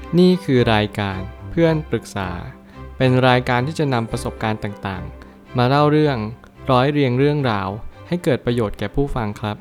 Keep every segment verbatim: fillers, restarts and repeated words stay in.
นี่คือรายการเพื่อนปรึกษาเป็นรายการที่จะนำประสบการณ์ต่างๆมาเล่าเรื่องร้อยเรียงเรื่องราวให้เกิดประโยชน์แก่ผู้ฟังครับ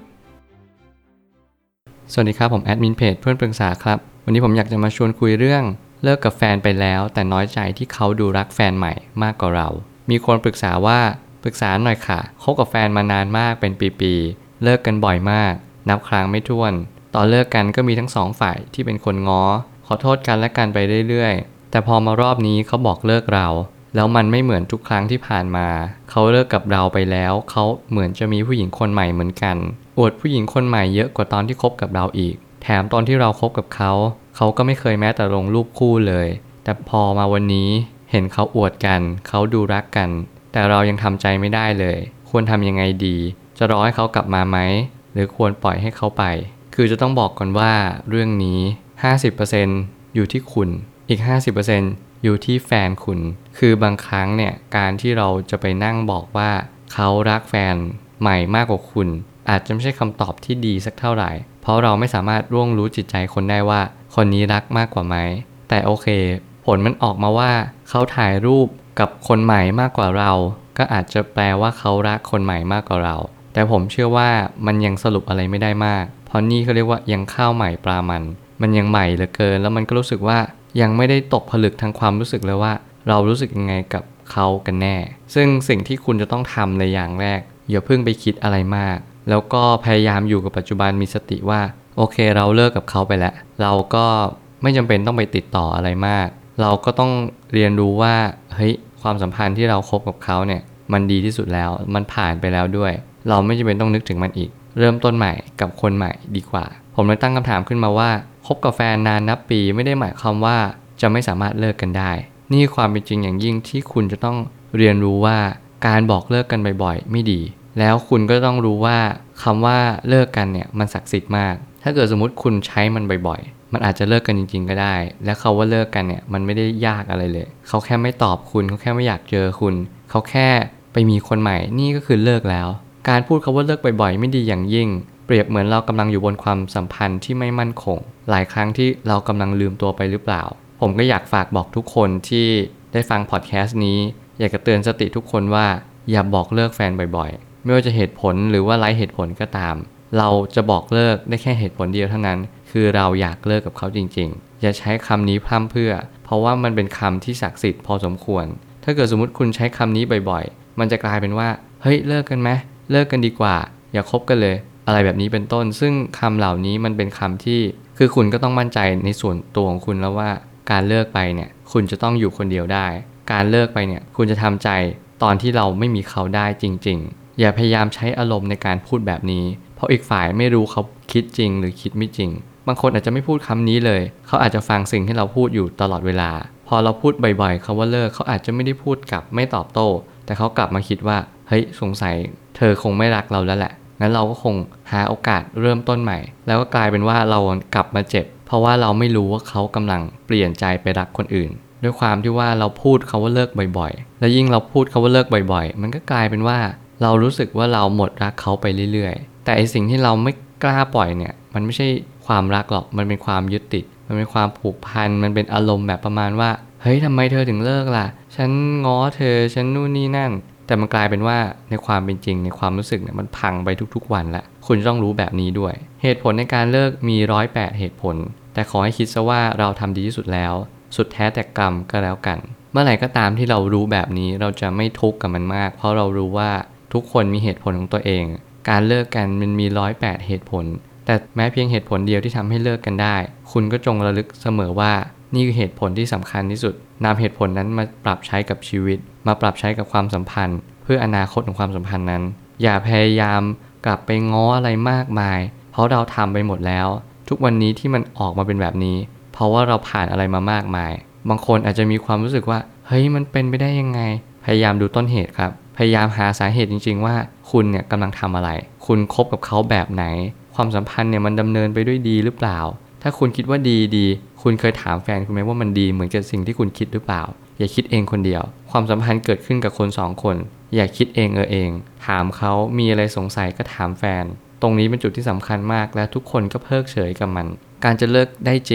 สวัสดีครับผมแอดมินเพจเพื่อนปรึกษาครับวันนี้ผมอยากจะมาชวนคุยเรื่องเลิกกับแฟนไปแล้วแต่น้อยใจที่เขาดูรักแฟนใหม่มากกว่าเรามีคนปรึกษาว่าปรึกษาหน่อยค่ะคบกับแฟนมานานมากเป็นปีๆเลิกกันบ่อยมากนับครั้งไม่ถ้วนตอนเลิกกันก็มีทั้งสองฝ่ายที่เป็นคนง้อขอโทษกันและกันไปเรื่อยๆแต่พอมารอบนี้เขาบอกเลิกเราแล้วมันไม่เหมือนทุกครั้งที่ผ่านมาเขาเลิกกับเราไปแล้วเขาเหมือนจะมีผู้หญิงคนใหม่เหมือนกันอวดผู้หญิงคนใหม่เยอะกว่าตอนที่คบกับเราอีกแถมตอนที่เราคบกับเขาเขาก็ไม่เคยแม้แต่ลงรูปคู่เลยแต่พอมาวันนี้เห็นเขาอวดกันเขาดูรักกันแต่เรายังทำใจไม่ได้เลยควรทำยังไงดีจะรอให้เขากลับมาไหมหรือควรปล่อยให้เขาไปคือจะต้องบอกก่อนว่าเรื่องนี้ ห้าสิบเปอร์เซ็นต์ อยู่ที่คุณอีก ห้าสิบเปอร์เซ็นต์ อยู่ที่แฟนคุณคือบางครั้งเนี่ยการที่เราจะไปนั่งบอกว่าเขารักแฟนใหม่มากกว่าคุณอาจจะไม่ใช่คำตอบที่ดีสักเท่าไหร่เพราะเราไม่สามารถร่วงรู้จิตใจคนได้ว่าคนนี้รักมากกว่าไหมแต่โอเคผลมันออกมาว่าเขาถ่ายรูปกับคนใหม่มากกว่าเราก็อาจจะแปลว่าเขารักคนใหม่มากกว่าเราแต่ผมเชื่อว่ามันยังสรุปอะไรไม่ได้มากเพราะนี่เขาเรียกว่ายังข้าวใหม่ปลามันมันยังใหม่เหลือเกินแล้วมันก็รู้สึกว่ายังไม่ได้ตกผลึกทางความรู้สึกเลยว่าเรารู้สึกยังไงกับเขากันแน่ซึ่งสิ่งที่คุณจะต้องทำในอย่างแรกอย่าเพิ่งไปคิดอะไรมากแล้วก็พยายามอยู่กับปัจจุบันมีสติว่าโอเคเราเลิกกับเขาไปแล้วเราก็ไม่จำเป็นต้องไปติดต่ออะไรมากเราก็ต้องเรียนรู้ว่าเฮ้ยความสัมพันธ์ที่เราคบกับเขาเนี่ยมันดีที่สุดแล้วมันผ่านไปแล้วด้วยเราไม่จำเป็นต้องนึกถึงมันอีกเริ่มต้นใหม่กับคนใหม่ดีกว่าผมเลยตั้งคำถามขึ้นมาว่าคบกับแฟนนานนับปีไม่ได้หมายความว่าจะไม่สามารถเลิกกันได้นี่ความเป็นจริงอย่างยิ่งที่คุณจะต้องเรียนรู้ว่าการบอกเลิกกันบ่อยๆไม่ดีแล้วคุณก็ต้องรู้ว่าคำว่าเลิกกันเนี่ยมันศักดิ์สิทธิ์มากถ้าเกิดสมมติคุณใช้มันบ่อยๆมันอาจจะเลิกกันจริงๆก็ได้และเขาว่าเลิกกันเนี่ยมันไม่ได้ยากอะไรเลยเขาแค่ไม่ตอบคุณเขาแค่ไม่อยากเจอคุณเขาแค่ไปมีคนใหม่นี่ก็คือเลิกแล้วการพูดคำว่าเลิกบ่อยๆไม่ดีอย่างยิ่งเปรียบเหมือนเรากำลังอยู่บนความสัมพันธ์ที่ไม่มั่นคงหลายครั้งที่เรากำลังลืมตัวไปหรือเปล่าผมก็อยากฝากบอกทุกคนที่ได้ฟังพอดแคสต์นี้อยากจะเตือนสติทุกคนว่าอย่าบอกเลิกแฟนบ่อยๆไม่ว่าจะเหตุผลหรือว่าไร้เหตุผลก็ตามเราจะบอกเลิกได้แค่เหตุผลเดียวเท่านั้นคือเราอยากเลิกกับเขาจริงๆอย่าใช้คำนี้พร่ำเพรื่อเพราะว่ามันเป็นคำที่ศักดิ์สิทธิ์พอสมควรถ้าเกิดสมมติคุณใช้คำนี้บ่อยๆมันจะกลายเป็นว่าเฮ้ยเลิกกันไหมเลิกกันดีกว่าอย่าคบกันเลยอะไรแบบนี้เป็นต้นซึ่งคำเหล่านี้มันเป็นคำที่คือคุณก็ต้องมั่นใจในส่วนตัวของคุณแล้วว่าการเลิกไปเนี่ยคุณจะต้องอยู่คนเดียวได้การเลิกไปเนี่ยคุณจะทำใจตอนที่เราไม่มีเขาได้จริงๆอย่าพยายามใช้อารมณ์ในการพูดแบบนี้เพราะอีกฝ่ายไม่รู้เขาคิดจริงหรือคิดไม่จริงบางคนอาจจะไม่พูดคำนี้เลยเขาอาจจะฟังสิ่งที่เราพูดอยู่ตลอดเวลาพอเราพูดบ่อยๆคำว่าเลิกเขาอาจจะไม่ได้พูดกลับไม่ตอบโต้แต่เขากลับมาคิดว่าเฮ้ยสงสัยเธอคงไม่รักเราแล้วแหละงั้นเราก็คงหาโอกาสเริ่มต้นใหม่แล้วก็กลายเป็นว่าเรากลับมาเจ็บเพราะว่าเราไม่รู้ว่าเขากำลังเปลี่ยนใจไปรักคนอื่นด้วยความที่ว่าเราพูดคำว่าเลิกบ่อยๆและยิ่งเราพูดคำว่าเลิกบ่อยๆมันก็กลายเป็นว่าเรารู้สึกว่าเราหมดรักเขาไปเรื่อยๆแต่ไอสิ่งที่เราไม่กล้าปล่อยเนี่ยมันไม่ใช่ความรักหรอกมันเป็นความยึดติดมันเป็นความผูกพันมันเป็นอารมณ์แบบประมาณว่าเฮ้ยทำไมเธอถึงเลิกล่ะฉันง้อเธอฉันนู่นนี่นั่นแต่มันกลายเป็นว่าในความเป็นจริงในความรู้สึกเนี่ยมันพังไปทุกๆวันละคุณต้องรู้แบบนี้ด้วยเหตุผลในการเลิกมีร้อยแปดเหตุผลแต่ขอให้คิดซะว่าเราทำดีที่สุดแล้วสุดแท้แต่กรรมก็แล้วกันเมื่อไหร่ก็ตามที่เรารู้แบบนี้เราจะไม่ทุกข์กับมันมากเพราะเรารู้ว่าทุกคนมีเหตุผลของตัวเองการเลิกกันมันมีร้อยแปดเหตุผลแต่แม้เพียงเหตุผลเดียวที่ทำให้เลิกกันได้คุณก็จงระลึกเสมอว่านี่คือเหตุผลที่สำคัญที่สุดนำเหตุผลนั้นมาปรับใช้กับชีวิตมาปรับใช้กับความสัมพันธ์เพื่ออนาคตของความสัมพันธ์นั้นอย่าพยายามกลับไปง้ออะไรมากมายเพราะเราทำไปหมดแล้วทุกวันนี้ที่มันออกมาเป็นแบบนี้เพราะว่าเราผ่านอะไรมามากมายบางคนอาจจะมีความรู้สึกว่าเฮ้ยมันเป็นไปได้ยังไงพยายามดูต้นเหตุครับพยายามหาสาเหตุจริงๆว่าคุณเนี่ยกำลังทำอะไรคุณคบกับเขาแบบไหนความสัมพันธ์เนี่ยมันดำเนินไปด้วยดีหรือเปล่าถ้าคุณคิดว่าดีดีคุณเคยถามแฟนคุณไหมว่ามันดีเหมือนกับสิ่งที่คุณคิดหรือเปล่าอย่าคิดเองคนเดียวความสัมพันธ์เกิดขึ้นกับคนสองคนอย่าคิดเองเออเองถามเขามีอะไรสงสัยก็ถามแฟนตรงนี้เป็นจุดที่สำคัญมากและทุกคนก็เพิกเฉยกับมันการจะเลิกได้จริง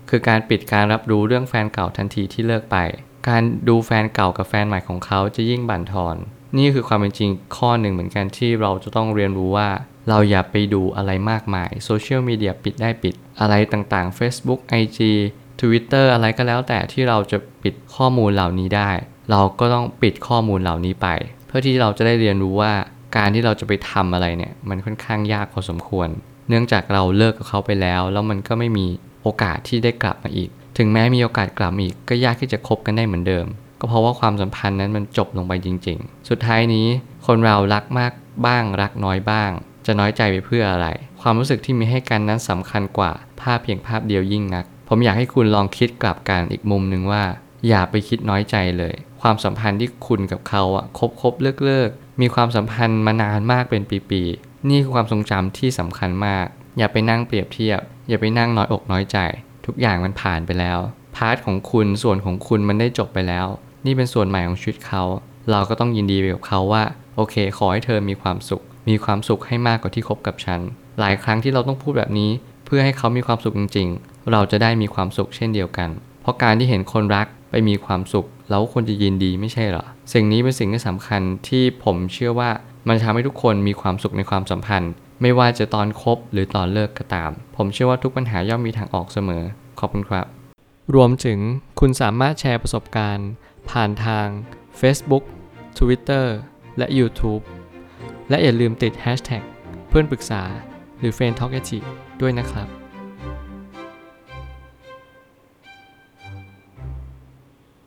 คือการปิดการรับรู้เรื่องแฟนเก่าทันทีที่เลิกไปการดูแฟนเก่ากับแฟนใหม่ของเขาจะยิ่งบั่นทอนนี่คือความเป็นจริงข้อหนึ่งเหมือนกันที่เราจะต้องเรียนรู้ว่าเราอย่าไปดูอะไรมากมายโซเชียลมีเดียปิดได้ปิดอะไรต่างๆ Facebook ไอ จี Twitter อะไรก็แล้วแต่ที่เราจะปิดข้อมูลเหล่านี้ได้เราก็ต้องปิดข้อมูลเหล่านี้ไปเพื่อที่เราจะได้เรียนรู้ว่าการที่เราจะไปทำอะไรเนี่ยมันค่อนข้างยากพอสมควรเนื่องจากเราเลิกกับเขาไปแล้วแล้วมันก็ไม่มีโอกาสที่ได้กลับมาอีกถึงแม้มีโอกาสกลับมาอีกก็ยากที่จะคบกันได้เหมือนเดิมก็เพราะว่าความสัมพันธ์นั้นมันจบลงไปจริงๆสุดท้ายนี้คนเรารักมากบ้างรักน้อยบ้างจะน้อยใจไปเพื่ออะไรความรู้สึกที่มีให้กันนั้นสำคัญกว่าภาพเพียงภาพเดียวยิ่งนักผมอยากให้คุณลองคิดกลับกันอีกมุมนึงว่าอย่าไปคิดน้อยใจเลยความสัมพันธ์ที่คุณกับเขาอะคบคบเลิกเลิกมีความสัมพันธ์มานานมากเป็นปีๆนี่คือความทรงจำที่สำคัญมากอย่าไปนั่งเปรียบเทียบอย่าไปนั่งน้อยอกน้อยใจทุกอย่างมันผ่านไปแล้วพาร์ทของคุณส่วนของคุณมันได้จบไปแล้วนี่เป็นส่วนใหม่ของชีวิตเขาเราก็ต้องยินดีไปกับเขาว่าโอเคขอให้เธอมีความสุขมีความสุขให้มากกว่าที่คบกับฉันหลายครั้งที่เราต้องพูดแบบนี้เพื่อให้เขามีความสุขจริงๆเราจะได้มีความสุขเช่นเดียวกันเพราะการที่เห็นคนรักไปมีความสุขเราควรจะยินดีไม่ใช่เหรอสิ่งนี้เป็นสิ่งที่สำคัญที่ผมเชื่อว่ามันทำให้ทุกคนมีความสุขในความสัมพันธ์ไม่ว่าจะตอนคบหรือตอนเลิกก็ตามผมเชื่อว่าทุกปัญหาย่อมมีทางออกเสมอขอบคุณครับรวมถึงคุณสามารถแชร์ประสบการณ์ผ่านทาง Facebook Twitter และ YouTube และอย่าลืมติด แฮชแท็ก เพื่อนปรึกษาหรือ เฟรนด์ ทอล์ก แอท จี ด้วยนะครับ